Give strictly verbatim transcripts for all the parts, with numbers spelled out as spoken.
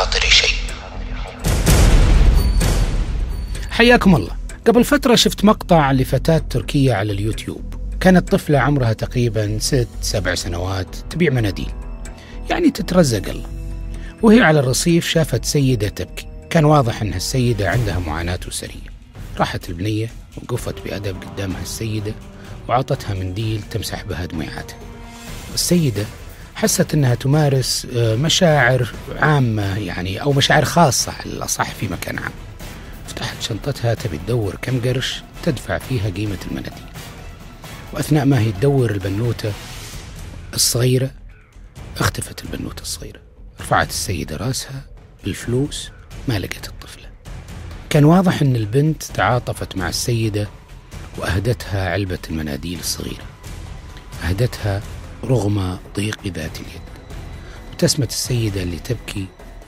خاطري شيء. حياكم الله. قبل فترة شفت مقطع لفتاة تركية على اليوتيوب، كانت طفلة عمرها تقريبا ست سبع سنوات تبيع مناديل، يعني تترزق الله، وهي على الرصيف شافت سيدة تبكي. كان واضح أنها السيدة عندها معاناة أسرية. راحت البنية وقفت بأدب قدامها السيدة وعطتها منديل تمسح بها دموعاتها. السيدة حست أنها تمارس مشاعر عامة، يعني أو مشاعر خاصة على الأصح في مكان عام. فتحت شنطتها تبي تدور كم قرش تدفع فيها قيمة المناديل، وأثناء ما هي تدور البنوتة الصغيرة اختفت البنوتة الصغيرة. رفعت السيدة راسها بالفلوس، ما لقت الطفلة. كان واضح أن البنت تعاطفت مع السيدة وأهدتها علبة المناديل الصغيرة، أهدتها رغم ضيق ذات اليد. ابتسمت السيدة اللي تبكي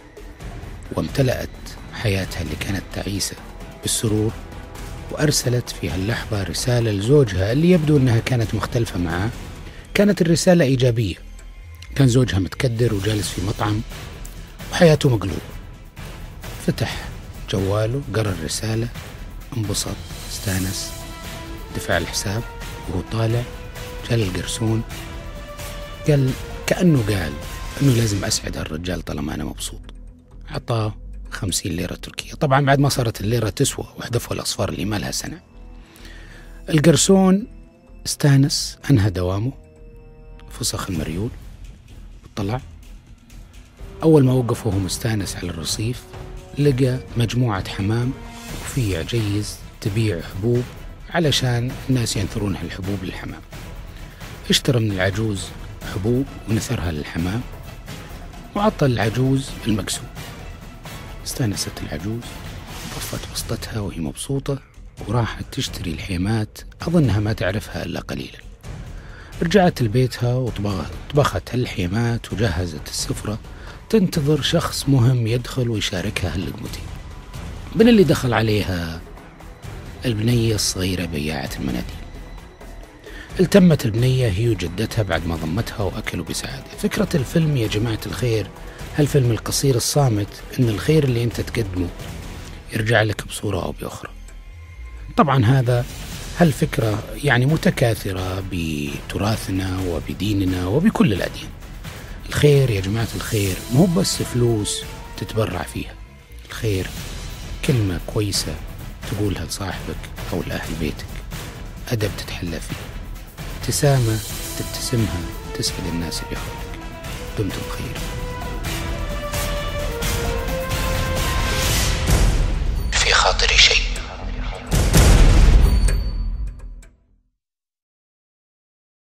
وامتلأت حياتها اللي كانت تعيسة بالسرور، وأرسلت في هاللحظة رسالة لزوجها اللي يبدو أنها كانت مختلفة معه. كانت الرسالة إيجابية. كان زوجها متكدر وجالس في مطعم وحياته مقلوبة. فتح جواله، قرأ الرسالة، انبسط، استانس، دفع الحساب، وهو طالع جال القرسون قال كأنه قال أنه لازم أسعد هالرجال طالما أنا مبسوط. عطاه خمسين ليرة تركية، طبعا بعد ما صارت الليرة تسوى وحذفوا الأصفار اللي ما لها سنة. القرسون استانس، أنهى دوامه، فسخ المريول وطلع. أول ما وقف وهو مستانس على الرصيف لقى مجموعة حمام وفي عجيز تبيع حبوب علشان الناس ينثرون هالحبوب للحمام. اشترى من العجوز حبوب ونثرها للحمام وعطى العجوز المقسوم. استانست العجوز، طفت وسطتها وهي مبسوطة، وراحت تشتري الحيمات أظنها ما تعرفها إلا قليلا. رجعت لبيتها وطبخت هالحيمات وجهزت السفرة، تنتظر شخص مهم يدخل ويشاركها هاللقمتين. من اللي دخل عليها؟ البنية الصغيرة بياعة المناديل. التمت البنية هي وجدتها بعد ما ضمتها وأكلوا بسعادة. فكرة الفيلم يا جماعة الخير، هالفيلم القصير الصامت، إن الخير اللي أنت تقدمه يرجع لك بصورة أو بأخرى. طبعا هذا هالفكرة يعني متكاثرة بتراثنا وبديننا وبكل الأديان. الخير يا جماعة الخير مو بس فلوس تتبرع فيها. الخير كلمة كويسة تقولها لصاحبك أو لأهل بيتك، أدب تتحلى فيه، ابتسامة تبتسمها تسعد الناس اللي حولك. دمتم بخير.